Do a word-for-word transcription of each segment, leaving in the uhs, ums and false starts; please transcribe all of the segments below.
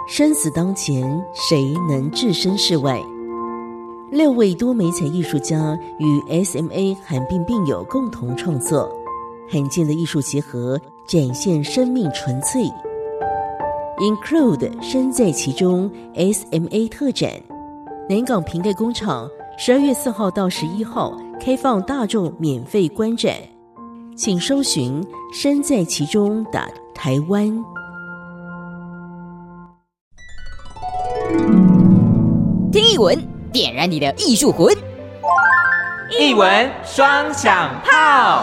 生死当前，谁能置身事外？六位多媒材艺术家与 S M A 罕病病友共同创作，罕见的艺术结合，展现生命纯粹。Include 身在其中 S M A 特展，南港瓶盖工厂十二月四号到十一号开放大众免费观展，请搜寻身在其中打台湾。 听艺文，点燃你的艺术魂。 艺文双响炮。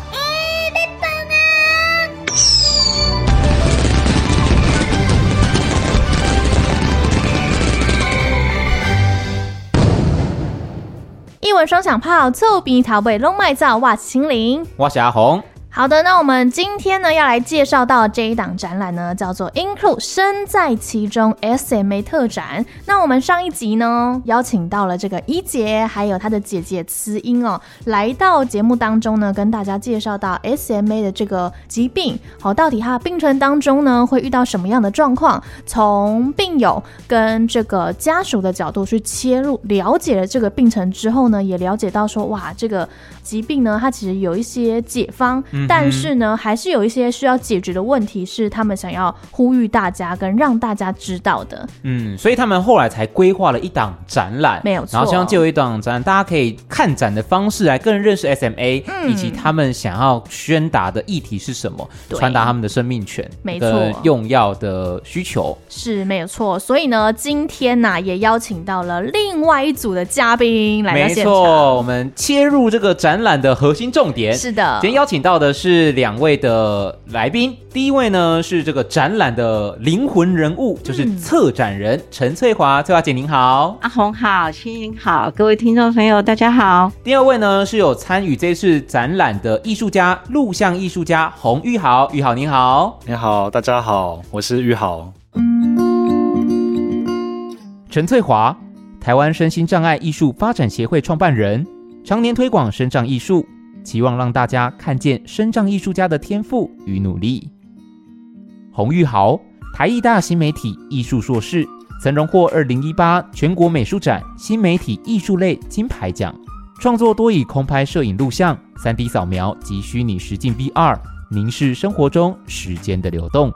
艺文双响炮，臭鼻桃尾龙麦皂，哇清零， 我是阿红。 好的，那我们今天呢要来介绍到这一档展览呢，叫做 Include 身在其中 S M A 特展。那我们上一集呢邀请到了这个一姐还有她的姐姐慈英哦，来到节目当中呢，跟大家介绍到 S M A 的这个疾病，好，到底它的病程当中呢会遇到什么样的状况？从病友跟这个家属的角度去切入，了解了这个病程之后呢，也了解到说，哇，这个疾病呢，它其实有一些解方。嗯，但是呢，还是有一些需要解决的问题，是他们想要呼吁大家跟让大家知道的。 嗯，所以他们后来才规划了一档展览， 没有错。 然后希望借由一档展览，大家可以看展的方式来更认识 S M A，嗯，以及他们想要宣达的议题是什么，传达他们的生命权， 没错， 跟用药的需求是没有错。所以呢，今天呢、啊、也邀请到了另外一组的嘉宾来到现场。 没错，我们切入这个展览的核心重点。 是的， 今天邀请到的是两位的来宾，第一位呢是这个展览的灵魂人物，就是策展人陈翠华。翠华姐您好。 阿红好，欣欣好，各位听众朋友大家好。 第二位呢是有参与这次展览的艺术家，录像艺术家洪玉豪。玉豪您好。 你好，大家好，我是玉豪。 陈翠华，台湾身心障碍艺术发展协会创办人，常年推广身障艺术，期望让大家看见身障艺术家的天赋与努力。洪玉豪，台艺大新媒体艺术硕士，曾荣获二零一八全国美术展新媒体艺术类金牌奖，创作多以空拍摄影录像、三 D 扫描及虚拟实境 V R 凝视生活中时间的流动。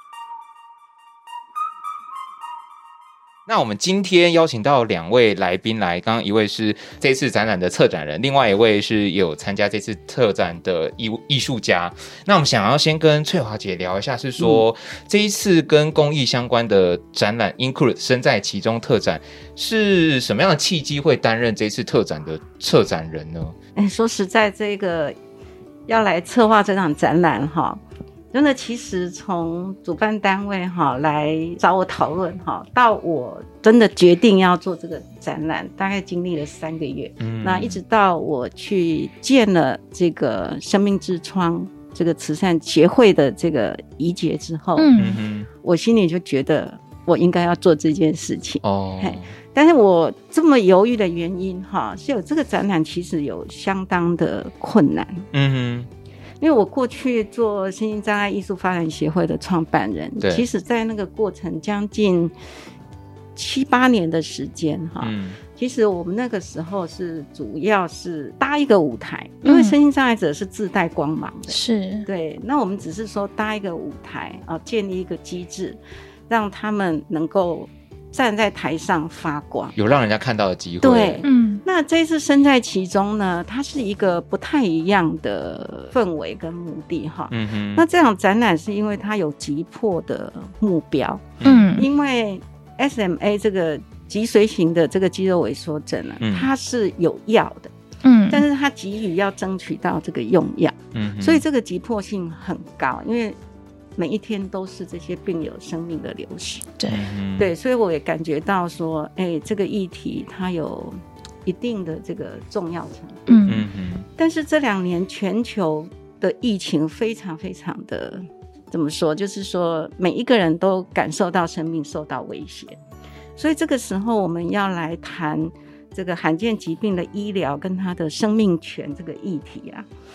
那我们今天邀请到两位来宾来，刚刚一位是这次展览的策展人，另外一位是有参加这次特展的艺艺术家。那我们想要先跟翠华姐聊一下，是说、嗯、这一次跟公益相关的展览 Include 身在其中特展是什么样的契机会担任这次特展的策展人呢？ 欸、说实在，这个要来策划这场展览哈。真的，其实从主办单位哈来找我讨论哈，到我真的决定要做这个展览，大概经历了三个月。嗯，那一直到我去见了这个生命之窗这个慈善协会的这个怡姐之后，嗯，我心里就觉得我应该要做这件事情。哦，但是我这么犹豫的原因哈，是有这个展览其实有相当的困难。嗯哼。因为我过去做身心障碍艺术发展协会的创办人，其实在那个过程将近七八年的时间哈、嗯，其实我们那个时候是主要是搭一个舞台，因为身心障碍者是自带光芒的，是对。那我们只是说搭一个舞台啊，建立一个机制，让他们能够站在台上发光， 有让人家看到的机会。 对，嗯。那这次身在其中呢，它是一个不太一样的氛围跟目的哈。嗯哼。那这场展览是因为它有急迫的目标，嗯，因为 S M A 这个脊髓型的这个肌肉萎缩症呢、啊，嗯、它是有药的，嗯，但是它急于要争取到这个用药，嗯，所以这个急迫性很高，因为每一天都是这些病友生命的流逝，对、嗯、对，所以我也感觉到说，哎、欸，这个议题它有一定的这个重要程度，嗯嗯，但是这两年全球的疫情非常非常的怎么说，就是说每一个人都感受到生命受到威胁，所以这个时候我们要来谈这个罕见疾病的医疗跟它的生命权这个议题啊，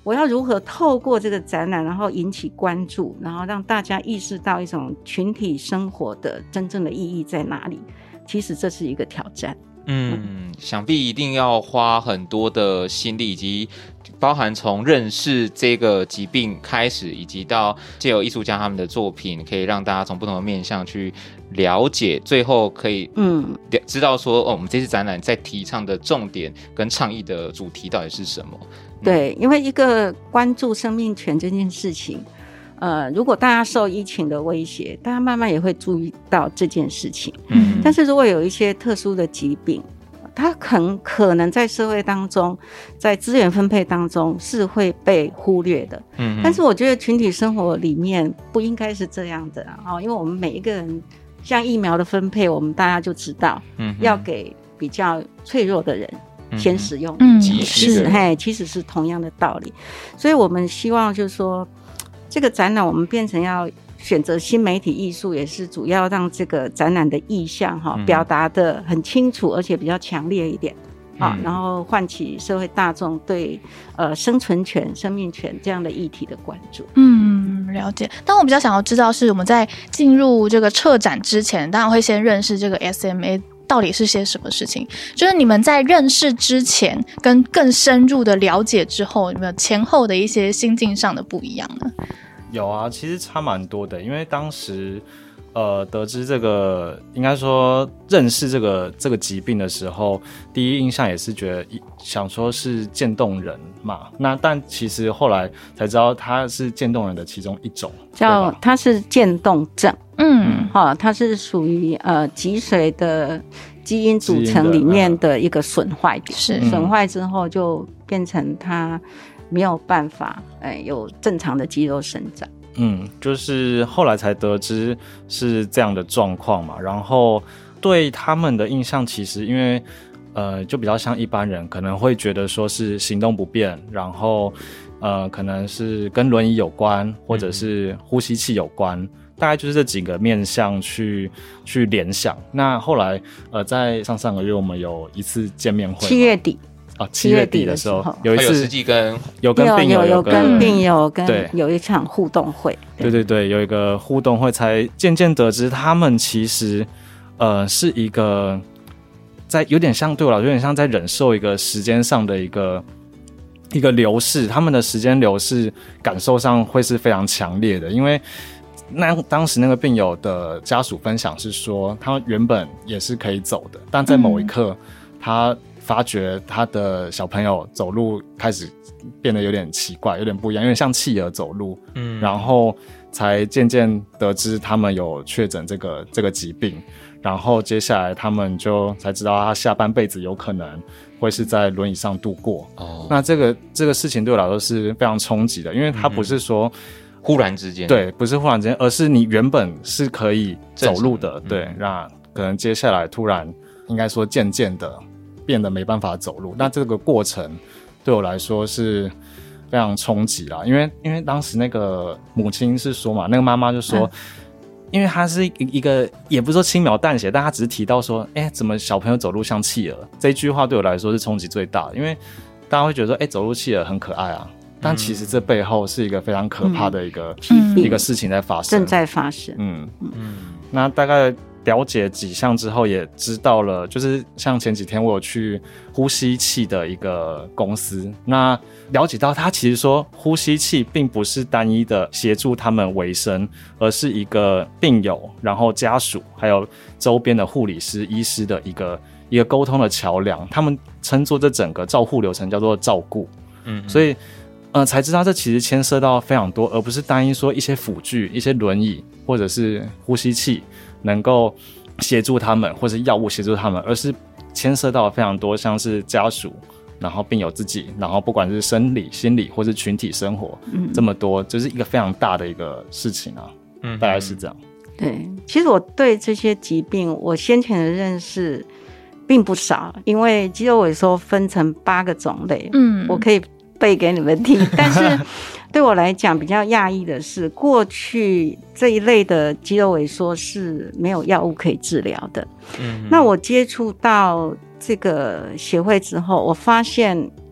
我要如何透过这个展览，然后引起关注，然后让大家意识到一种群体生活的真正的意义在哪里？其实这是一个挑战。 嗯，想必一定要花很多的心力，以及包含从认识这个疾病开始，以及到藉由艺术家他们的作品，可以让大家从不同的面向去了解，最后可以嗯知道说，哦，我们这次展览在提倡的重点跟倡议的主题到底是什么。 对，因为一个关注生命权这件事情，呃，如果大家受疫情的威胁，大家慢慢也会注意到这件事情。嗯，但是如果有一些特殊的疾病，它很可能在社会当中，在资源分配当中是会被忽略的。嗯，但是我觉得群体生活里面不应该是这样的啊，因为我们每一个人，像疫苗的分配，我们大家就知道，嗯，要给比较脆弱的人先使用， 嗯， 其实嘿，其实是同样的道理。所以我们希望就是说，这个展览我们变成要选择新媒体艺术，也是主要让这个展览的意象哈、嗯、表达的很清楚，而且比较强烈一点。啊、嗯，然后唤起社会大众对呃生存权、生命权这样的议题的关注。 嗯，了解。但我比较想要知道是我们在进入这个策展之前，当然会先认识这个 S M A。到底是些什么事情？就是你们在认识之前跟更深入的了解之后，有没有前后的一些心境上的不一样呢？ 有啊，其实差蛮多的，因为当时呃得知这个，应该说认识这个这个疾病的时候，第一印象也是觉得想说是渐冻人嘛，那但其实后来才知道它是渐冻人的其中一种， 叫它是渐冻症。 嗯， 好，它是属于呃脊髓的基因组成里面的一个损坏点，是损坏之后就变成它没有办法，哎，有正常的肌肉生长。 嗯，就是后来才得知是这样的状况嘛，然后对他们的印象其实因为呃就比较像一般人，可能会觉得说是行动不便，然后呃可能是跟轮椅有关，或者是呼吸器有关。嗯，大概就是这几个面向去去联想。那后来呃，在上上个月我们有一次见面会， 七月底啊，七月底的时候有一次有实际跟有跟病友有有跟病友跟对有一场互动会， 对对对，有一个互动会，才渐渐得知他们其实呃是一个在有点像对我来说有点像在忍受一个时间上的一个一个流逝，他们的时间流逝感受上会是非常强烈的，因为。那当时那个病友的家属分享是说，他原本也是可以走的，但在某一刻，嗯、他发觉他的小朋友走路开始变得有点奇怪，有点不一样，有点像企鹅走路。嗯，然后才渐渐得知他们有确诊这个这个疾病，然后接下来他们就才知道他下半辈子有可能会是在轮椅上度过。哦，那这个这个事情对我来说是非常冲击的，因为他不是说。嗯忽然之间， 对，不是忽然之间，而是你原本是可以走路的，对，那可能接下来突然，应该说渐渐的变得没办法走路。那这个过程对我来说是非常冲击啦，因为因为当时那个母亲是说嘛，那个妈妈就说，嗯、因为她是一个也不是说轻描淡写，但她只是提到说，哎，怎么小朋友走路像企鹅？这一句话对我来说是冲击最大的，因为大家会觉得说，哎，走路企鹅很可爱啊。但其实这背后是一个非常可怕的一个、嗯、一个事情在发生， 正在发生。 嗯嗯，那大概了解几项之后，也知道了，就是像前几天我有去呼吸器的一个公司，那了解到他其实说呼吸器并不是单一的协助他们维生，而是一个病友，然后家属还有周边的护理师、医师的一个一个沟通的桥梁。他们称作这整个照护流程叫做照顾。嗯，所以。呃，才知道这其实牵涉到非常多，而不是单一说一些辅具、一些轮椅或者是呼吸器能够协助他们，或是药物协助他们，而是牵涉到非常多，像是家属，然后病友自己，然后不管是生理、心理或是群体生活，嗯，这么多，就是一个非常大的一个事情啊，嗯，大概是这样。 对，其实我对这些疾病，我先前的认识并不少，因为肌肉萎缩分成八个种类，嗯，我可以。背给你们听，但是对我来讲比较讶异的是，过去这一类的肌肉萎缩是没有药物可以治疗的。嗯，那我接触到这个协会之后，我发现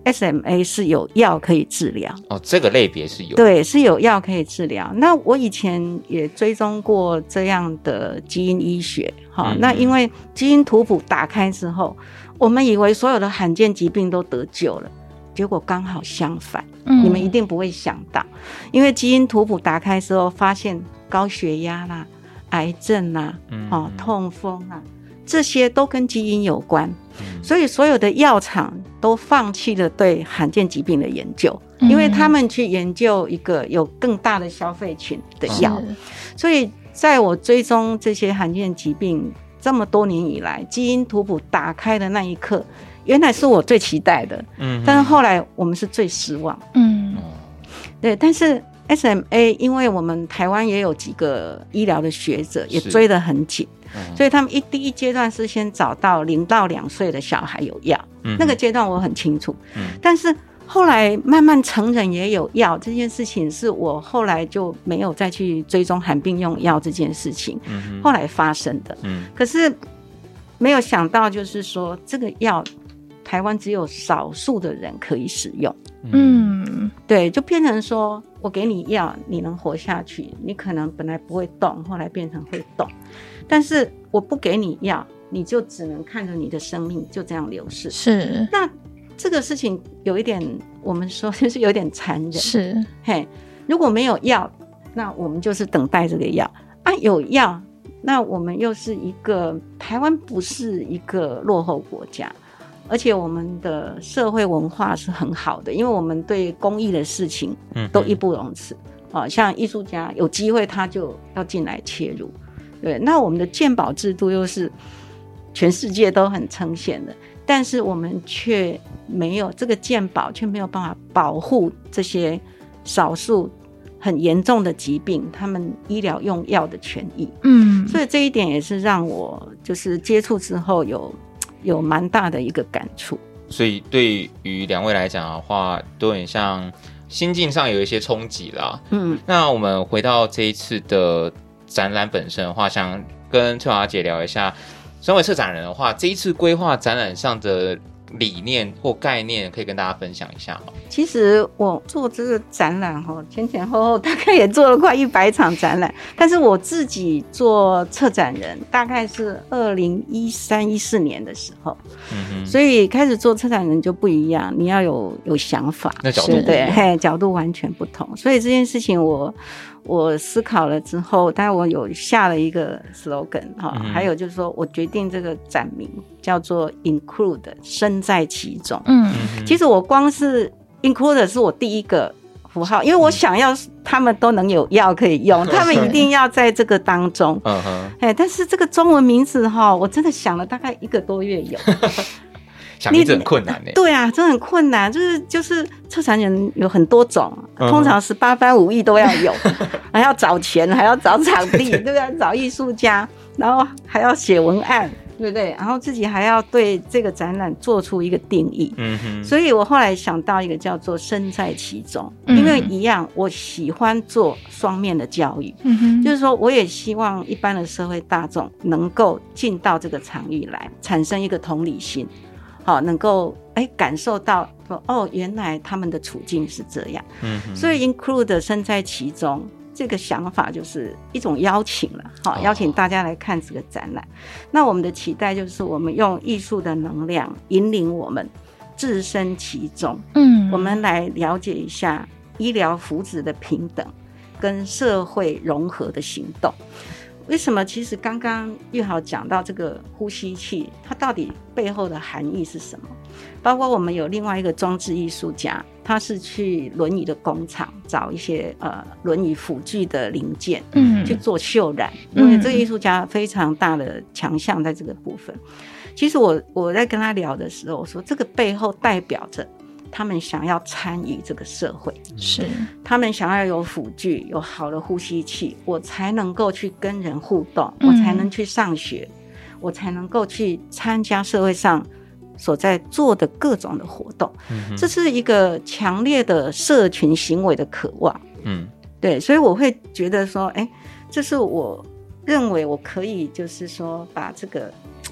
S M A 是有药可以治疗哦，这个类别是有， 对，是有药可以治疗。那我以前也追踪过这样的基因医学，哈、嗯，那因为基因图谱打开之后，我们以为所有的罕见疾病都得救了，结果刚好相反。嗯，你们一定不会想到，因为基因图谱打开之后，发现高血压啦、癌症啦、嗯哦、痛风啊，这些都跟基因有关。所以所有的药厂都放弃了对罕见疾病的研究，因为他们去研究一个有更大的消费群的药。所以在我追踪这些罕见疾病这么多年以来，基因图谱打开的那一刻，原来是我最期待的，嗯，但是后来我们是最失望，嗯，对。但是 S M A 因为我们台湾也有几个医疗的学者也追得很紧，所以他们一第一阶段是先找到零到两岁的小孩有药，嗯，那个阶段我很清楚，嗯，但是后来慢慢成人也有药这件事情，是我后来就没有再去追踪罕病用药这件事情，嗯，后来发生的，嗯，可是没有想到就是说这个药台湾只有少数的人可以使用，嗯，对，就变成说我给你药你能活下去，你可能本来不会动，后来变成会动，但是我不给你药，你就只能看着你的生命就这样流逝。是，那这个事情有一点我们说就是有点残忍，是，嘿，如果没有药，那我们就是等待这个药啊，有药，那我们又是一个台湾不是一个落后国家，而且我们的社会文化是很好的，因为我们对公益的事情都义不容辞，嗯，像艺术家有机会他就要进来切入，对，那我们的健保制度又是全世界都很称羡的，但是我们却没有这个健保，却没有办法保护这些少数很严重的疾病他们医疗用药的权益，嗯，所以这一点也是让我就是接触之后有有蛮大的一个感触。 所以对于两位来讲的话，都很像心境上有一些冲击啦。嗯，那我们回到这一次的展览本身的话，想跟翠华姐聊一下，身为策展人的话，这一次规划展览上的理念或概念可以跟大家分享一下吗？ 其实我做这个展览前前后后大概也做了快一百场展览，但是我自己做策展人大概是二零一三一四年的时候，嗯，所以开始做策展人就不一样，你要有有想法， 那角度不一样， 对，嘿，角度完全不同。所以这件事情我我思考了之后，当然我有下了一个 slogan，嗯，还有就是说我决定这个展名叫做 include 身在其中。嗯，其实我光是 include 是我第一个符号，因为我想要他们都能有药可以用，他们一定要在这个当中。嗯，但是这个中文名字我真的想了大概一个多月有。 想名字很困难，欸， 对啊，真的很困难，就是就是策展人有很多种，通常十八般武艺都要有，还要找钱，还要找场地，对不对？找艺术家，然后还要写文案，对不对？然后自己还要对这个展览做出一个定义。嗯哼，所以我后来想到一个叫做身在其中，嗯，因为一样，我喜欢做双面的教育，嗯哼，就是说我也希望一般的社会大众能够进到这个场域来，产生一个同理心。好，能够哎感受到说哦，原来他们的处境是这样，嗯，所以 include 身在其中这个想法就是一种邀请了，好，邀请大家来看这个展览。那我们的期待就是我们用艺术的能量引领我们置身其中，嗯，我们来了解一下医疗福祉的平等跟社会融合的行动。为什么？其实刚刚玉豪讲到这个呼吸器，它到底背后的含义是什么？包括我们有另外一个装置艺术家，他是去轮椅的工厂找一些呃轮椅辅具的零件，嗯，去做绣染，因为这个艺术家非常大的强项在这个部分。其实我我在跟他聊的时候，我说这个背后代表着他们想要参与这个社会，是他们想要有辅具，有好的呼吸器，我才能够去跟人互动，嗯，我才能去上学，我才能够去参加社会上所在做的各种的活动，嗯，这是一个强烈的社群行为的渴望，嗯，对，所以我会觉得说，哎，这是我认为我可以就是说把这个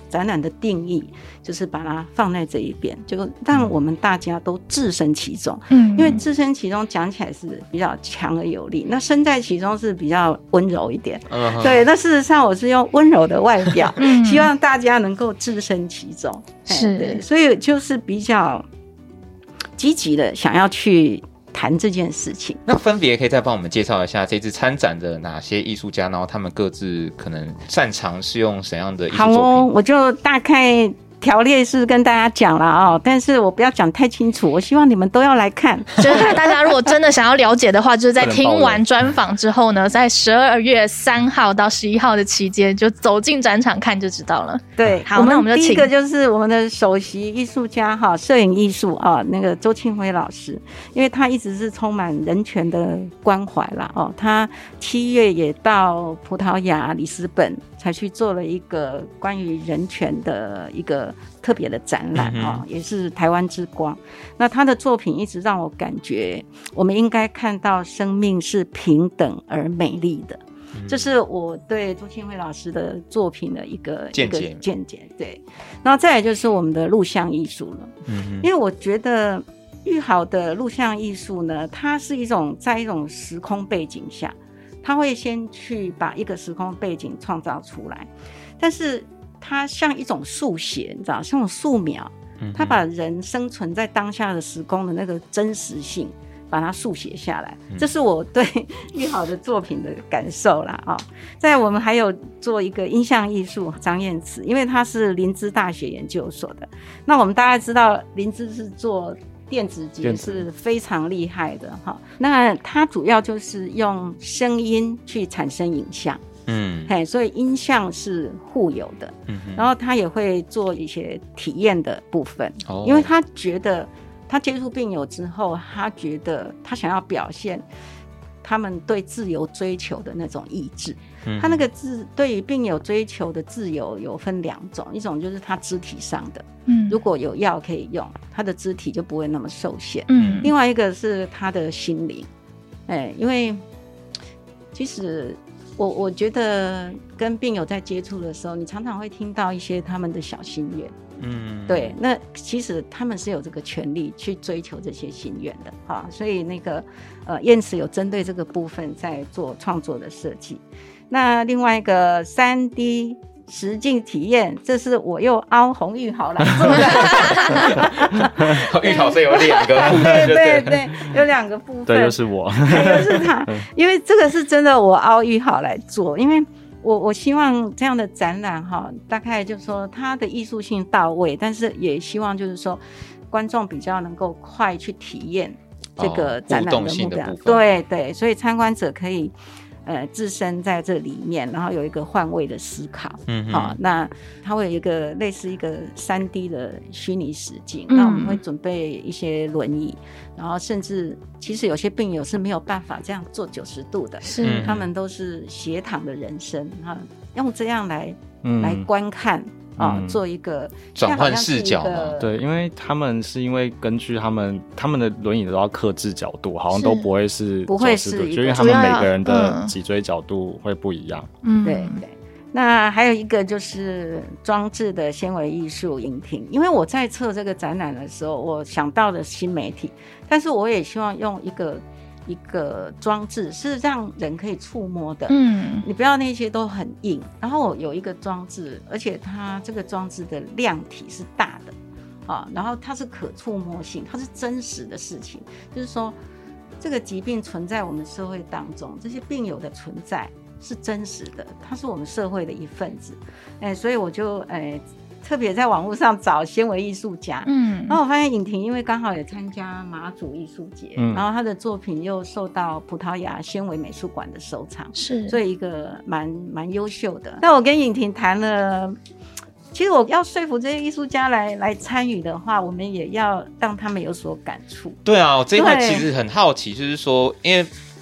展览的定义就是把它放在这一边，就让我们大家都置身其中。嗯，因为置身其中讲起来是比较强而有力，那身在其中是比较温柔一点。嗯，对。那事实上我是用温柔的外表，嗯、希望大家能够置身其中。是，对，所以就是比较积极的想要去谈这件事情。 那分别可以再帮我们介绍一下这次参展的哪些艺术家，然后他们各自可能擅长是用怎样的艺术作品？好哦，我就大概条列是跟大家讲了哦，但是我不要讲太清楚，我希望你们都要来看。 就是大家如果真的想要了解的话，就是在听完专访之后呢，在十二月三号到十一号的期间，就走进展场看就知道了。 对，好，那我们就第一个就是我们的首席艺术家哈，摄影艺术啊，那个周庆辉老师，因为他一直是充满人权的关怀啦哦，他七月也到葡萄牙里斯本才去做了一个关于人权的一个特别的展览啊、嗯，也是台湾之光。那他的作品一直让我感觉，我们应该看到生命是平等而美丽的。嗯、这是我对周庆辉老师的作品的一个见解。 见解对，然后再来就是我们的录像艺术了。嗯，因为我觉得玉豪的录像艺术呢，它是一种在一种时空背景下。他会先去把一个时空背景创造出来，但是他像一种速写，你知道，像一种素描，他把人生存在当下的时空的那个真实性把它速写下来，这是我对玉豪的作品的感受啦啊、哦。再我们还有做一个音像艺术，张燕慈，因为他是林兹大学研究所的，那我们大家知道林兹是做电子节是非常厉害的哈，那它主要就是用声音去产生影像，嗯，嘿，所以音像是互有的，嗯，然后他也会做一些体验的部分，哦，因为他觉得他接触病友之后，他觉得他想要表现他们对自由追求的那种意志。嗯、他那个自对于病友追求的自由有分两种，一种就是他肢体上的，嗯，如果有药可以用，他的肢体就不会那么受限，嗯，另外一个是他的心灵，哎，因为其实我我觉得跟病友在接触的时候，你常常会听到一些他们的小心愿，嗯，对，那其实他们是有这个权利去追求这些心愿的哈，所以那个呃，燕慈有针对这个部分在做创作的设计。那另外一个 三 D 实境体验，这是我又凹洪玉豪来做的。 玉豪是有两个部分， 对对对，有两个部分， 对，又是我， 又是他，因为这个是真的我凹玉豪来做，因为我我希望这样的展览哈，大概就是说它的艺术性到位，但是也希望就是说观众比较能够快去体验这个展览的目标，哦、对对，所以参观者可以。呃，置身在这里面，然后有一个换位的思考，嗯，好、哦，那它会有一个类似一个 三 D 的虚拟实境，嗯、那我们会准备一些轮椅，然后甚至其实有些病友是没有办法这样做九十度的，是他们都是斜躺的人生哈，用这样来、嗯、来观看。哦、嗯，做一个转换视角嘛？ 对，因为他们是因为根据他们他们的轮椅都要克制角度，好像都不会是不会是， 就因为他们每个人的脊椎角度会不一样。 嗯，对对。那还有一个就是装置的纤维艺术影厅，因为我在测这个展览的时候，我想到了新媒体，但是我也希望用一个。一个装置是让人可以触摸的，嗯，你不要那些都很硬。然后有一个装置，而且它这个装置的量体是大的，啊，然后它是可触摸性，它是真实的事情，就是说这个疾病存在我们社会当中，这些病友的存在是真实的，它是我们社会的一份子，哎，所以我就哎。特别在网络上找纤维艺术家，嗯，然后我发现颖婷因为刚好也参加马祖艺术节，嗯，然后她的作品又受到葡萄牙纤维美术馆的收藏，是，所以一个蛮蛮优秀的。那我跟颖婷谈了，其实我要说服这些艺术家来来参与的话，我们也要让他们有所感触。 对啊，我这一块其实很好奇，就是说，因为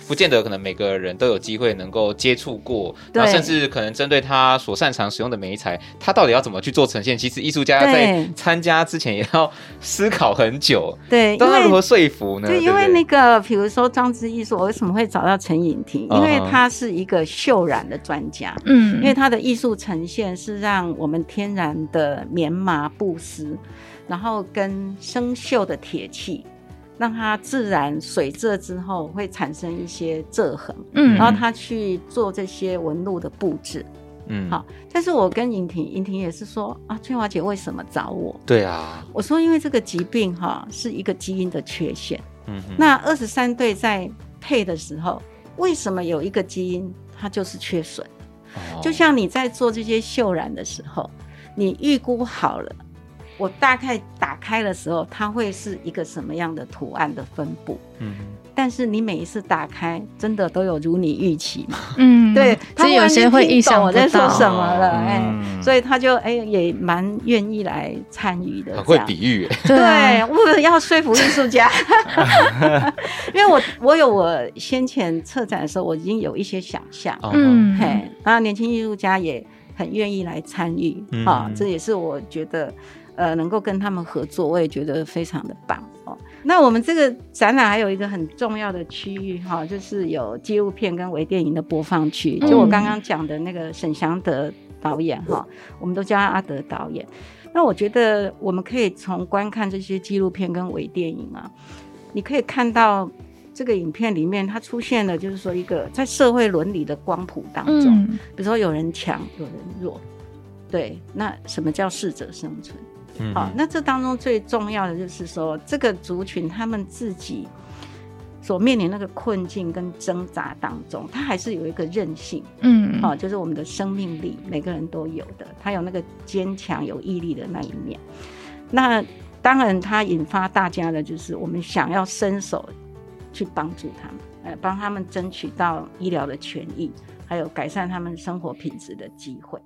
不见得可能每个人都有机会能够接触过， 对然后甚至可能针对他所擅长使用的媒材，他到底要怎么去做呈现，其实艺术家在参加之前也要思考很久， 对， 都要如何说服呢？ 对，因为那个比如说装置艺术，我为什么会找到陈颖婷？因为他是一个绣染的专家，嗯，因为他的艺术呈现是让我们天然的棉麻布丝，然后跟生锈的铁器，让它自然水渍之后会产生一些褶痕，嗯，然后他去做这些纹路的布置，嗯，好。但是我跟颖婷，颖婷也是说啊，翠华姐为什么找我？ 对啊， 我说因为这个疾病哈是一个基因的缺陷，嗯，那二十三对在配的时候，为什么有一个基因它就是缺损？哦，就像你在做这些绣染的时候，你预估好了。我大概打开的时候，它会是一个什么样的图案的分布？嗯，但是你每一次打开，真的都有如你预期嘛？嗯，对， 他有些会意想不到我在说什么了，哎、嗯欸，所以他就哎、欸、也蛮愿意来参与的， 很会比喻， 对，我要说服艺术家，因为我我有我先前策展的时候，我已经有一些想象，嗯，嘿，然后年轻艺术家也很愿意来参与，嗯、啊，这也是我觉得。呃，能够跟他们合作，我也觉得非常的棒哦。那我们这个展览还有一个很重要的区域哈、哦，就是有纪录片跟微电影的播放区。就我刚刚讲的那个沈祥德导演哈、哦，我们都叫他阿德导演。那我觉得我们可以从观看这些纪录片跟微电影啊，你可以看到这个影片里面它出现了，就是说一个在社会伦理的光谱当中，嗯、比如说有人强，有人弱，对，那什么叫适者生存？好，那这当中最重要的就是说，这个族群他们自己所面临那个困境跟挣扎当中，他还是有一个韧性，嗯，好，就是我们的生命力，每个人都有的，他有那个坚强、有毅力的那一面。那当然，它引发大家的就是我们想要伸手去帮助他们，呃，帮他们争取到医疗的权益，还有改善他们生活品质的机会。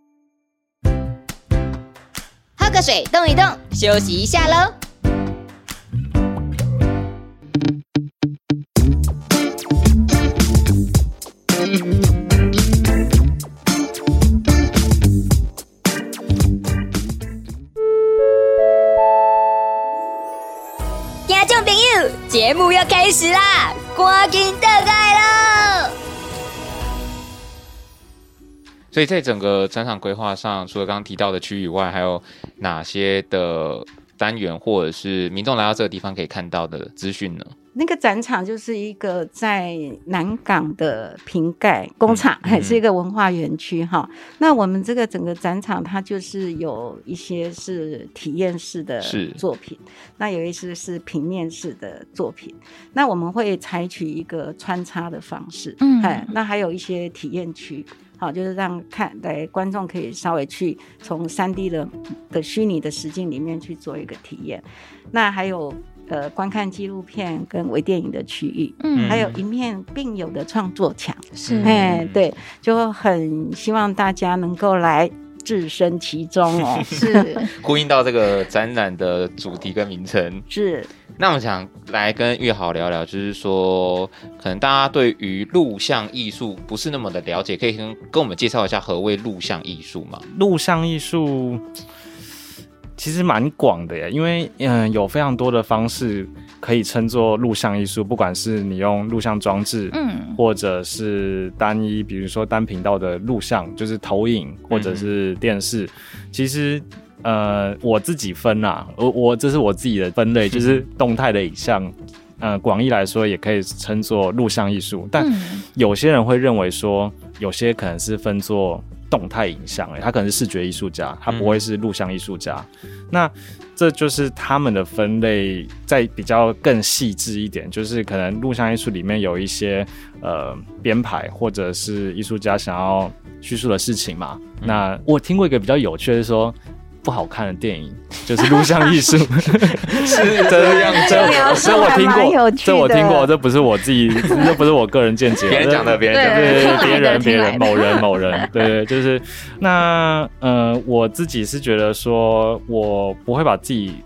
喝个水，动一动，休息一下喽。听众朋友，节目要开始啦，赶紧倒来喽！ 所以在整个展场规划上，除了刚刚提到的区域以外，还有哪些的单元或者是民众来到这个地方可以看到的资讯呢？ 那个展场就是一个在南港的瓶盖工厂，还、嗯、是一个文化园区哈、嗯。那我们这个整个展场，它就是有一些是体验式的作品，那有一些是平面式的作品。那我们会采取一个穿插的方式，嗯，那还有一些体验区。好，就是让看来观众可以稍微去从 三 D 的的虚拟的实境里面去做一个体验。那还有呃观看纪录片跟微电影的区域，嗯，还有一面并有的创作墙，是，哎，对，就很希望大家能够来置身其中哦，是呼应到这个展览的主题跟名称是。 那我们想来跟岳豪聊聊，就是说，可能大家对于录像艺术不是那么的了解，可以跟跟我们介绍一下何谓录像艺术吗？ 录像艺术其实蛮广的耶，因为嗯有非常多的方式可以称作录像艺术，不管是你用录像装置，嗯，或者是单一，比如说单频道的录像，就是投影或者是电视，嗯、其实。呃，我自己分啦，我我这是我自己的分类，就是动态的影像，呃，广义来说也可以称作录像艺术，但有些人会认为说，有些可能是分作动态影像，欸，他可能是视觉艺术家，他不会是录像艺术家，嗯，那这就是他们的分类再比较更细致一点，就是可能录像艺术里面有一些呃编排，或者是艺术家想要叙述的事情嘛，嗯，那我听过一个比较有趣的是说。不好看的电影就是录像艺术，是这样，这这我听过，这我听过，这不是我自己，这不是我个人见解， 别人讲的，别人讲的， 对对，别人别人某人某人，对对，就是那呃，我自己是觉得说，我不会把自己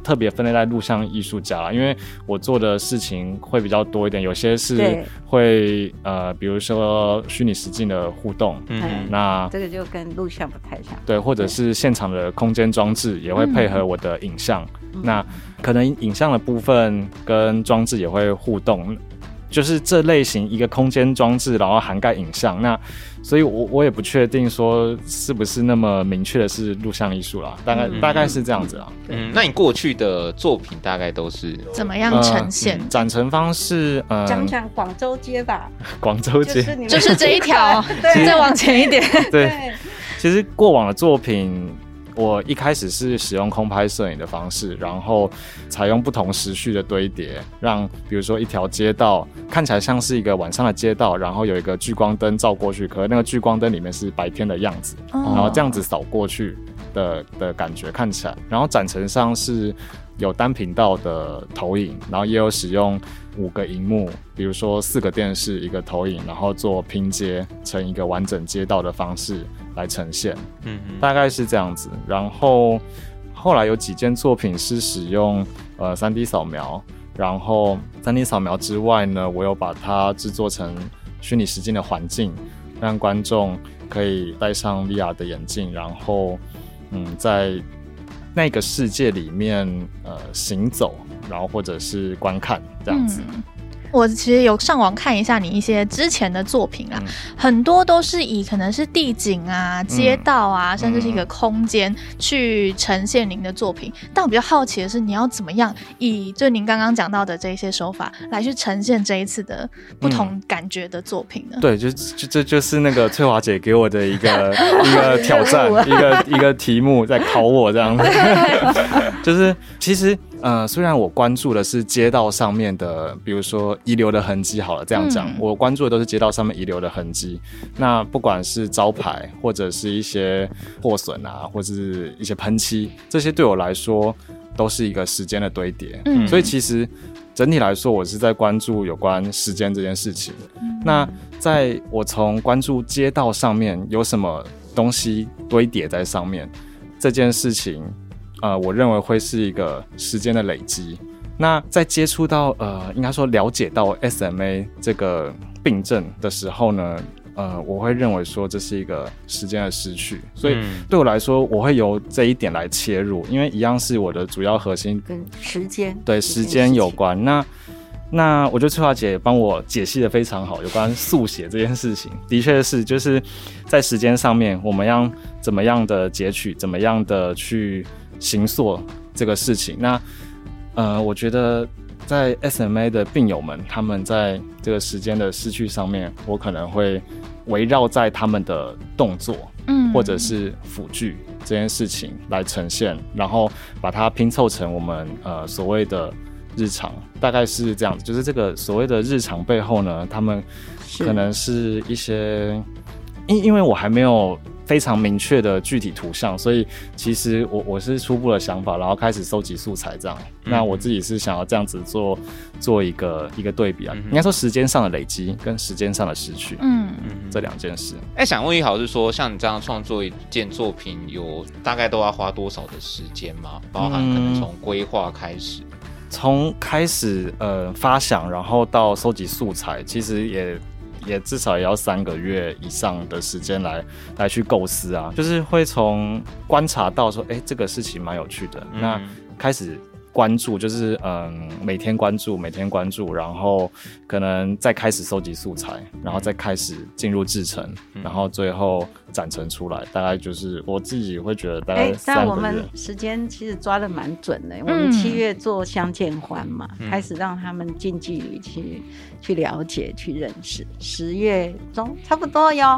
特别分类在录像艺术家啦，因为我做的事情会比较多一点，有些是会呃，比如说虚拟实境的互动， 嗯，那这个就跟录像不太像， 对，或者是现场的空间装置也会配合我的影像，嗯、那可能影像的部分跟装置也会互动。就是这类型一个空间装置，然后涵盖影像，那所以我我也不确定说是不是那么明确的是录像艺术啦，大概、嗯、大概是这样子啦。 嗯，那你过去的作品大概都是怎么样呈现？ 呃嗯、展陈方式，呃， 讲讲广州街吧。 广州街就是、 就是这一条，再往前一点。 对，其实过往的作品。我一开始是使用空拍摄影的方式，然后采用不同时序的堆叠，让比如说一条街道看起来像是一个晚上的街道，然后有一个聚光灯照过去，可是那个聚光灯里面是白天的样子，哦、然后这样子扫过去的的感觉看起来，然后展陈上是有单频道的投影，然后也有使用五个萤幕，比如说四个电视一个投影，然后做拼接成一个完整街道的方式来呈现，嗯，大概是这样子。然后后来有几件作品是使用呃 三 D 扫描，然后 三 D 扫描之外呢，我有把它制作成虚拟实境的环境，让观众可以戴上 V R 的眼镜，然后嗯在那个世界里面呃行走，然后或者是观看这样子。嗯， 我其实有上网看一下你一些之前的作品啊，嗯、很多都是以可能是地景啊、街道啊，嗯、甚至是一个空间去呈现您的作品。嗯、但我比较好奇的是，你要怎么样以就您刚刚讲到的这些手法来去呈现这一次的不同感觉的作品呢？ 嗯、对，就就这就是那个翠华姐给我的一个一个挑战，一个一个题目在考我这样子。就是其实呃，虽然我关注的是街道上面的，比如说遗留的痕迹，好了，这样讲，嗯、我关注的都是街道上面遗留的痕迹。那不管是招牌，或者是一些破损啊，或者是一些喷漆，这些对我来说都是一个时间的堆叠。嗯，所以其实整体来说，我是在关注有关时间这件事情。嗯、那在我从关注街道上面有什么东西堆叠在上面这件事情。呃，我认为会是一个时间的累积。那在接触到呃，应该说了解到 S M A 这个病症的时候呢，呃，我会认为说这是一个时间的失去。所以对我来说，我会由这一点来切入，因为一样是我的主要核心跟时间对时间有关。那那我觉得翠华姐帮我解析的非常好，有关速写这件事情，的确是就是在时间上面，我们要怎么样的截取，怎么样的去形塑这个事情。那呃，我觉得在 S M A 的病友们，他们在这个时间的失去上面，我可能会围绕在他们的动作，嗯，或者是辅具这件事情来呈现，然后把它拼凑成我们呃所谓的日常，大概是这样子。就是这个所谓的日常背后呢，他们可能是一些，因因为我还没有非常明确的具体图像，所以其实我我是初步的想法，然后开始收集素材这样。嗯、那我自己是想要这样子做做一个一个对比啊，嗯、应该说时间上的累积跟时间上的失去，嗯，这两件事。 哎、欸，想问一豪是说，像你这样创作一件作品，有大概都要花多少的时间吗？包含可能从规划开始。嗯从开始呃发想，然后到收集素材，其实也也至少也要三个月以上的时间来来去构思啊，就是会从观察到说，哎、欸，这个事情蛮有趣的，嗯、那开始关注，就是嗯每天关注，每天关注，然后可能再开始收集素材，然后再开始进入制程，嗯、然后最后展陈出来，大概就是我自己会觉得大概三个月。 但我们时间其实抓得蛮准的，我们七月做相见欢嘛，嗯、开始让他们近距离去去了解、去认识，十月中差不多哟。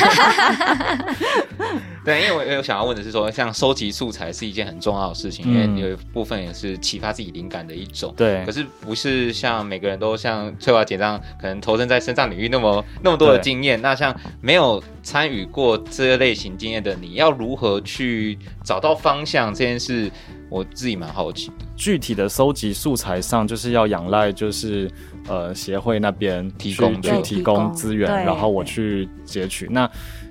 对，因为我有想要问的是说，像收集素材是一件很重要的事情，嗯、因为有一部分也是启发自己灵感的一种。 对， 可是不是像每个人都像翠华姐这样，可能投身在身障领域那么那么多的经验。那像没有参与过这类型经验的你，要如何去找到方向这件事，我自己蛮好奇的。 具体的收集素材上，就是要仰赖就是呃协会那边提供去提供资源，然后我去截取。那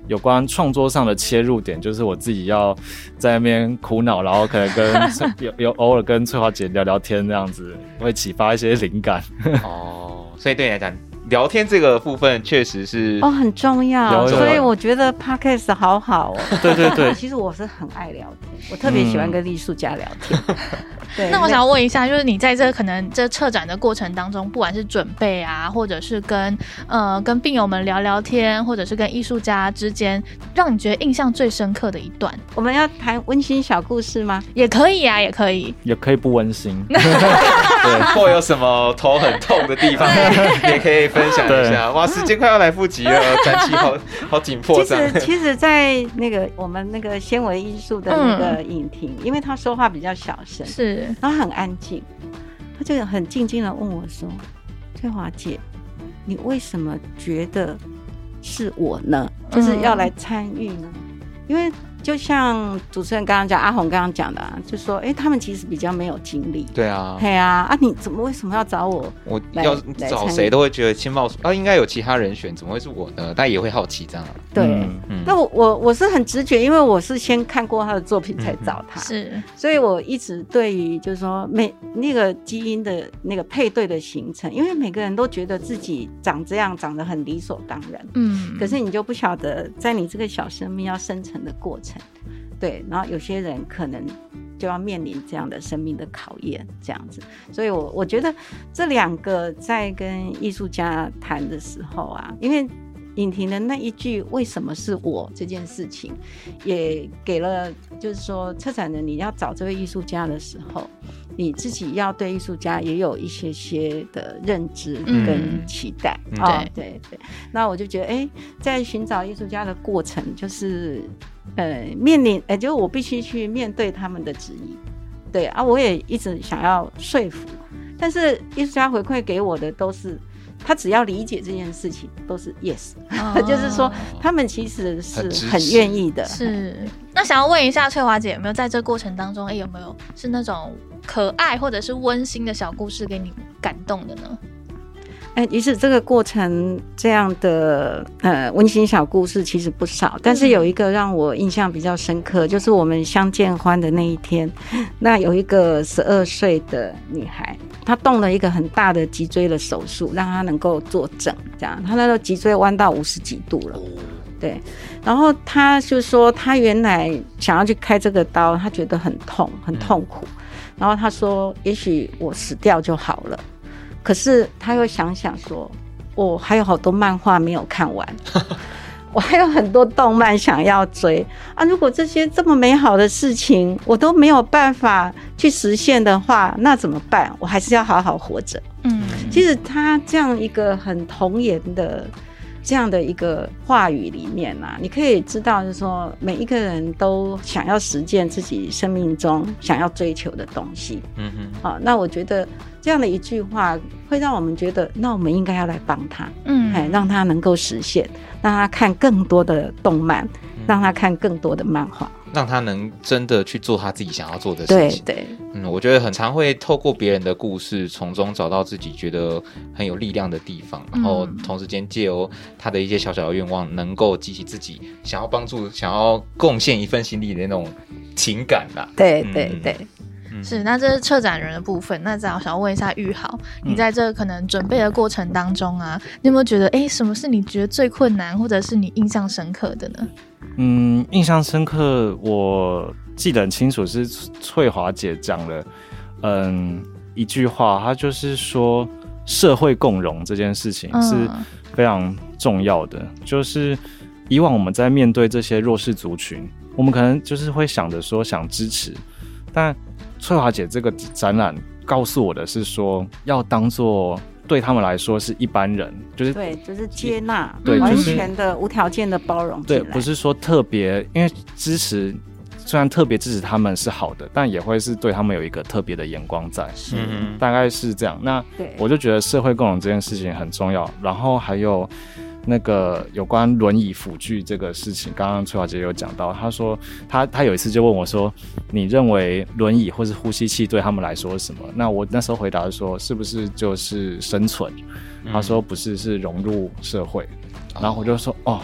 有关创作上的切入点，就是我自己要在那边苦恼，然后可能跟有有偶尔跟翠华姐聊聊天这样子，会启发一些灵感。 哦，所以对你来讲，聊天这个部分确实是哦很重要， 所以我觉得 podcast 好好哦。 对对对， 其实我是很爱聊天，我特别喜欢跟艺术家聊天。嗯对， 那我想问一下，就是你在这可能这策展的过程当中，不管是准备啊，或者是跟呃跟病友们聊聊天，或者是跟艺术家之间，让你觉得印象最深刻的一段， 我们要谈温馨小故事吗？ 也可以啊，也可以， 也可以不温馨。 对，或有什么头很痛的地方，也可以分享一下。哇，时间快要来不及了，展期好好紧迫。 其实，其实，在那个我们那个纤维艺术的那个影厅，嗯、因为他说话比较小声， 是。 然后很安静，他就很静静的问我说：“翠华姐，你为什么觉得是我呢？就是要来参与呢？嗯、因为就像主持人刚刚讲，阿红刚刚讲的、啊，就说，哎、欸，他们其实比较没有经历。 对啊， 对啊，啊，你怎么为什么要找我？ 我要找谁都会觉得青茂啊，应该有其他人选，怎么会是我呢？但也会好奇这样、啊。 对， 嗯嗯、 那我我我是很直觉，因为我是先看过他的作品才找他， 嗯、是， 所以我一直对于就是说每那个基因的那个配对的形成，因为每个人都觉得自己长这样长得很理所当然，嗯，可是你就不晓得在你这个小生命要生成的过程。对，然后有些人可能就要面临这样的生命的考验，这样子，所以我我觉得这两个在跟艺术家谈的时候啊，因为影婷的那一句“为什么是我”这件事情，也给了就是说策展人你要找这位艺术家的时候，你自己要对艺术家也有一些些的认知跟期待。 嗯哦、对对对，那我就觉得，哎，在寻找艺术家的过程，就是呃面临，哎，就是我必须去面对他们的质疑。对啊，我也一直想要说服，但是艺术家回馈给我的都是。他只要理解这件事情，都是 yes，、哦、就是说他们其实是很愿意的。 是，那想要问一下翠华姐，有没有在这过程当中，哎，有没有是那种可爱或者是温馨的小故事给你感动的呢？ 哎，其实这个过程这样的呃温馨小故事其实不少，但是有一个让我印象比较深刻，就是我们相见欢的那一天，那有一个十二岁的女孩，她动了一个很大的脊椎的手术，让她能够坐正，这样，她那个脊椎弯到五十几度了。对，然后她就说，她原来想要去开这个刀，她觉得很痛，很痛苦，然后她说，也许我死掉就好了。可是他又想想说，我还有好多漫画没有看完，我还有很多动漫想要追啊！如果这些这么美好的事情我都没有办法去实现的话，那怎么办？我还是要好好活着。嗯，其实他这样一个很童颜的这样的一个话语里面啊，你可以知道就是说每一个人都想要实践自己生命中想要追求的东西。嗯哼，好，那我觉得这样的一句话会让我们觉得，那我们应该要来帮他，嗯，哎，让他能够实现，让他看更多的动漫，嗯、让他看更多的漫画， 让他能真的去做他自己想要做的事情。 对对， 嗯，我觉得很常会透过别人的故事，从中找到自己觉得很有力量的地方，然后同时间借由他的一些小小的愿望，能够激起自己想要帮助、想要贡献一份心力的那种情感啦。 对对对。 嗯、 是，那这是策展人的部分。那再我想问一下玉豪，你在这可能准备的过程当中啊，你有没有觉得，哎，什么是你觉得最困难，或者是你印象深刻的呢？ 嗯，印象深刻，我记得很清楚，是翠华姐讲了，嗯，一句话，她就是说，社会共融这件事情是非常重要的。嗯、就是以往我们在面对这些弱势族群，我们可能就是会想着说想支持，但翠华姐这个展览告诉我的是说，要当做对他们来说是一般人，就是对，就是接纳， 对， 完全的、无条件的包容进来。 对，不是说特别，因为支持虽然特别支持他们是好的，但也会是对他们有一个特别的眼光在，是，大概是这样。那我就觉得社会共融这件事情很重要，然后还有。那个有关轮椅辅具这个事情，刚刚翠华姐有讲到，她说她她有一次就问我说，你认为轮椅或是呼吸器对他们来说是什么？那我那时候回答说，是不是就是生存？她说不是，是融入社会。然后我就说哦，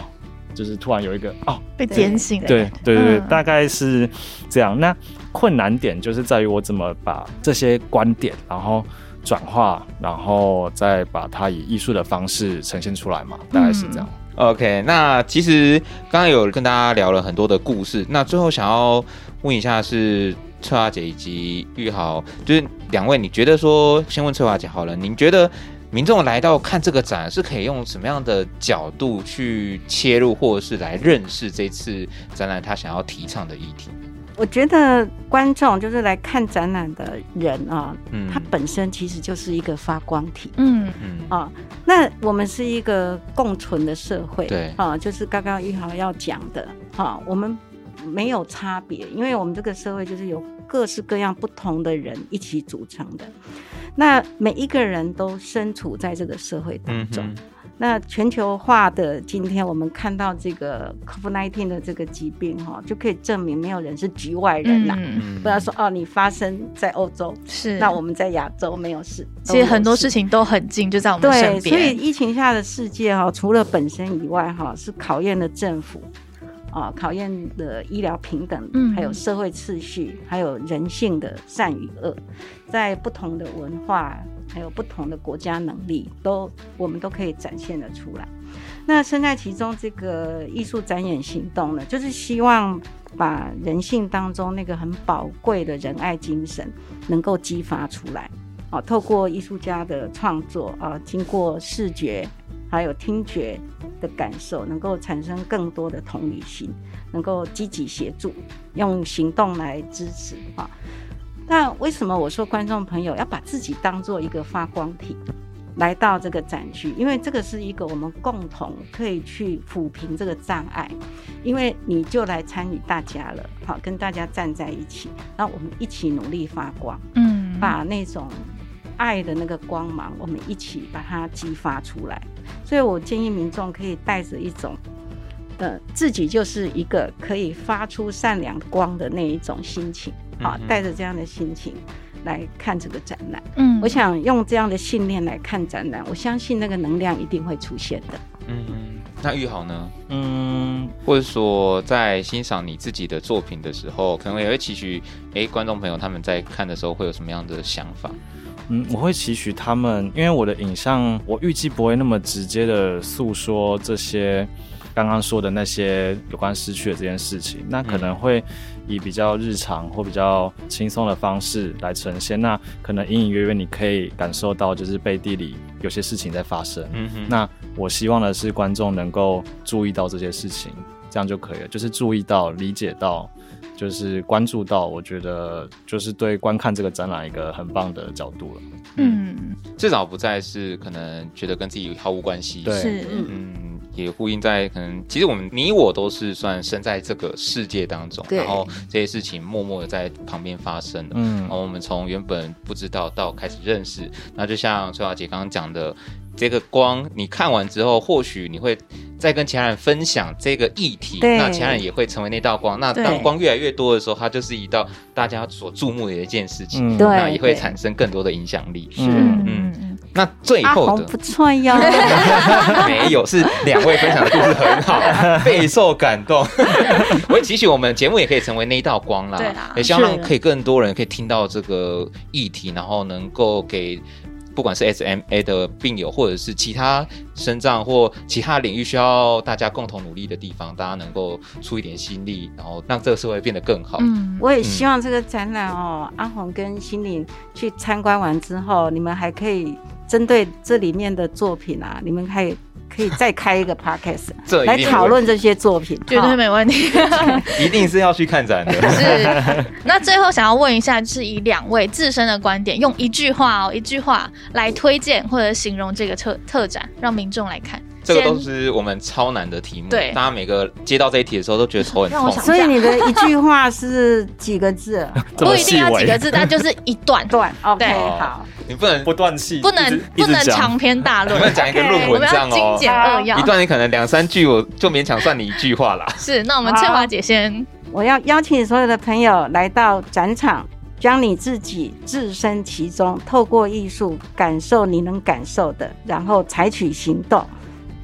就是突然有一个哦被点醒了。 对对对对、 嗯， 大概是这样。那困难点就是在于我怎么把这些观点，然后转化，然后再把它以艺术的方式呈现出来嘛，大概是这样。 嗯OK， 那其实刚刚有跟大家聊了很多的故事，那最后想要问一下是翠华姐以及玉豪，就是两位，你觉得说，先问翠华姐好了，您觉得民众来到看这个展是可以用什么样的角度去切入，或者是来认识这次展览他想要提倡的议题？ 我觉得观众就是来看展览的人啊， 嗯他本身其实就是一个发光体。 嗯嗯啊，那我们是一个共存的社会， 对啊，就是刚刚玉豪要讲的，啊，我们没有差别，因为我们这个社会就是有各式各样不同的人一起组成的，那每一个人都身处在这个社会当中。 嗯那全球化的今天，我们看到这个 COVID 十九 的这个疾病哈，就可以证明没有人是局外人啦。 嗯， 不要说哦，你发生在欧洲， 是， 那我们在亚洲没有事。 其实很多事情都很近，就在我们身边。 对，所以疫情下的世界哈，除了本身以外哈，是考验了政府啊，考验了医疗平等， 嗯还有社会秩序，还有人性的善与恶，在不同的文化。还有不同的国家能力，都我们都可以展现得出来。那身在其中，这个艺术展演行动呢，就是希望把人性当中那个很宝贵的仁爱精神能够激发出来。哦，透过艺术家的创作啊，经过视觉还有听觉的感受，能够产生更多的同理心，能够积极协助，用行动来支持啊。那为什么我说观众朋友要把自己当做一个发光体来到这个展区？因为这个是一个我们共同可以去抚平这个障碍，因为你就来参与大家了，好，跟大家站在一起，然后我们一起努力发光， 嗯， 把那种爱的那个光芒，我们一起把它激发出来。所以我建议民众可以带着一种呃，自己就是一个可以发出善良光的那一种心情，好，带着这样的心情来看这个展览。嗯，我想用这样的信念来看展览，我相信那个能量一定会出现的。 嗯，那玉豪呢？ 嗯， 或者说在欣赏你自己的作品的时候，可能也会期许，哎，观众朋友他们在看的时候会有什么样的想法？ 嗯，我会期许他们，因为我的影像，我预计不会那么直接的诉说这些刚刚说的那些有关失去的这件事情，那可能会以比较日常或比较轻松的方式来呈现，那可能隐隐约约你可以感受到就是背地里有些事情在发生。嗯哼，那我希望的是观众能够注意到这些事情，这样就可以了，就是注意到、理解到，就是关注到，我觉得就是对观看这个展览一个很棒的角度了。 嗯， 至少不再是可能觉得跟自己毫无关系， 对， 是， 嗯，也呼应在可能其实我们你我都是算身在这个世界当中，然后这些事情默默的在旁边发生的，嗯，然后我们从原本不知道到开始认识，那就像翠华姐刚刚讲的，这个光你看完之后，或许你会再跟其他人分享这个议题，那其他人也会成为那道光。那当光越来越多的时候，它就是一道大家所注目的一件事情，嗯、那也会产生更多的影响力。 是， 嗯嗯。那最后的阿红不错哟， 没有，是两位分享的故事很好，备受感动。我也期许我们节目也可以成为那一道光啦， 对啦， 也希望让可以更多人可以听到这个议题，然后能够给。不管是 S M A 的病友，或者是其他身障或其他领域需要大家共同努力的地方，大家能够出一点心力，然后让这个社会变得更好。 嗯，我也希望这个展览哦，嗯、阿红跟心灵去参观完之后，你们还可以针对这里面的作品啊，你们可以可以再开一个 podcast 来讨论这些作品， 绝对没问题， 一定是要去看展的。 是。那最后想要问一下，就是以两位自身的观点，用一句话哦，一句话来推荐或者形容这个特特展，让民众来看。 这个都是我们超难的题目，对，大家每个接到这一题的时候都觉得头很痛。 所以你的一句话是几个字？ 不一定要几个字，但就是一段段。OK， 好， 你不能不断气， 不能不能长篇大论， 你不能讲一个论文这样哦， 精简扼要。 一段你可能两三句，我就勉强算你一句话啦。 是，那我们翠华姐先， 我要邀请所有的朋友来到展场。将你自己置身其中，透过艺术感受你能感受的，然后采取行动，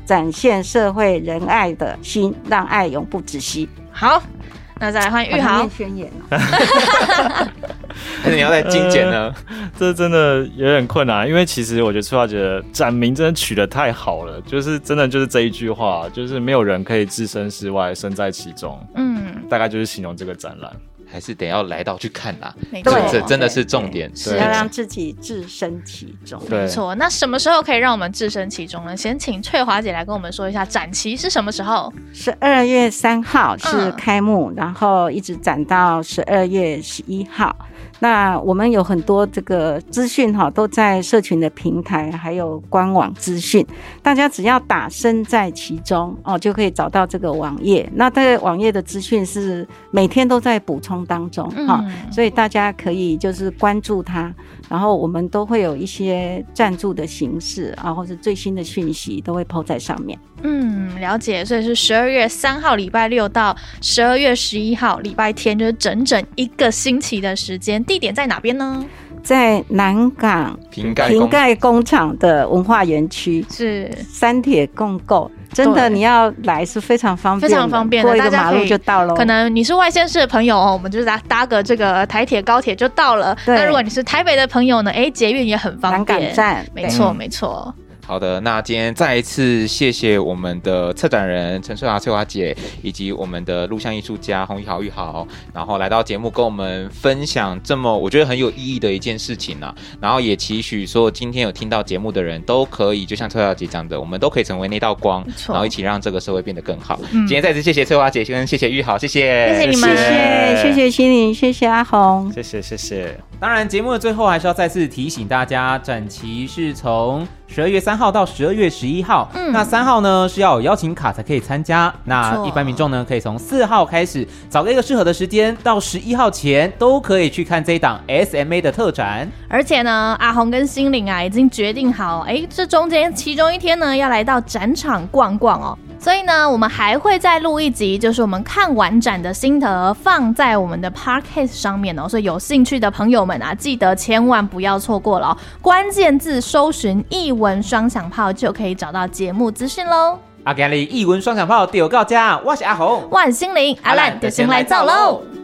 展现社会仁爱的心，让爱永不止息。 好，那再来换玉豪。 宣言哦。 但是你要再精简呢、 呃？这真的有点困难，因为其实我觉得翠花姐的展名真的取得太好了，就是真的就是这一句话，就是没有人可以置身事外，身在其中。嗯，大概就是形容这个展览。 还是得要来到去看啦， 对， 这真的是重点， 是要让自己置身其中。 没错，那什么时候可以让我们置身其中呢？先请翠华姐来跟我们说一下展期是什么时候？ 十二月三号是开幕，嗯、然后一直展到十二月十一号。那我们有很多这个资讯哈，都在社群的平台还有官网资讯，大家只要打身在其中哦，就可以找到这个网页。那这个网页的资讯是每天都在补充当中哈、嗯，所以大家可以就是关注它，然后我们都会有一些赞助的形式啊，或是最新的讯息都会 po 在上面。 嗯，了解。所以是十二月三号礼拜六到十二月十一号礼拜天，就是整整一个星期的时间。地点在哪边呢？ 在南港瓶盖瓶盖工厂的文化园区， 是三铁共构。真的，你要来是非常方便， 非常方便的， 过一个马路就到了。 可能你是外县市的朋友哦，我们就是搭搭个这个台铁、高铁就到了。那如果你是台北的朋友呢？哎，捷运也很方便。 南港站， 没错，没错。 好的，那今天再一次谢谢我们的策展人陈翠华翠华姐，以及我们的录像艺术家洪玉豪玉豪，然后来到节目跟我们分享这么我觉得很有意义的一件事情啊。然后也期许所有今天有听到节目的人都可以，就像翠华姐讲的，我们都可以成为那道光，然后一起让这个社会变得更好。嗯、今天再次谢谢翠华姐跟谢谢玉豪，谢谢， 谢谢你们， 谢谢谢谢心灵，谢谢阿红， 谢谢谢谢。 当然，节目的最后还是要再次提醒大家，展期是从十二月三号到十二月十一号。嗯，那三号呢是要有邀请卡才可以参加。那一般民众呢，可以从四号开始找个一个适合的时间，到十一号前都可以去看这一档 S M A 的特展。 而且呢，阿红跟心灵啊已经决定好，哎，这中间其中一天呢要来到展场逛逛哦。所以呢，我们还会再录一集，就是我们看完展的心得，放在我们的 Podcast 上面哦。所以有兴趣的朋友们啊，记得千万不要错过了哦。关键字搜寻艺文双响炮就可以找到节目资讯喽。 阿今日艺文双响炮就到这，我是阿红， 我是心灵，阿兰就先来走喽。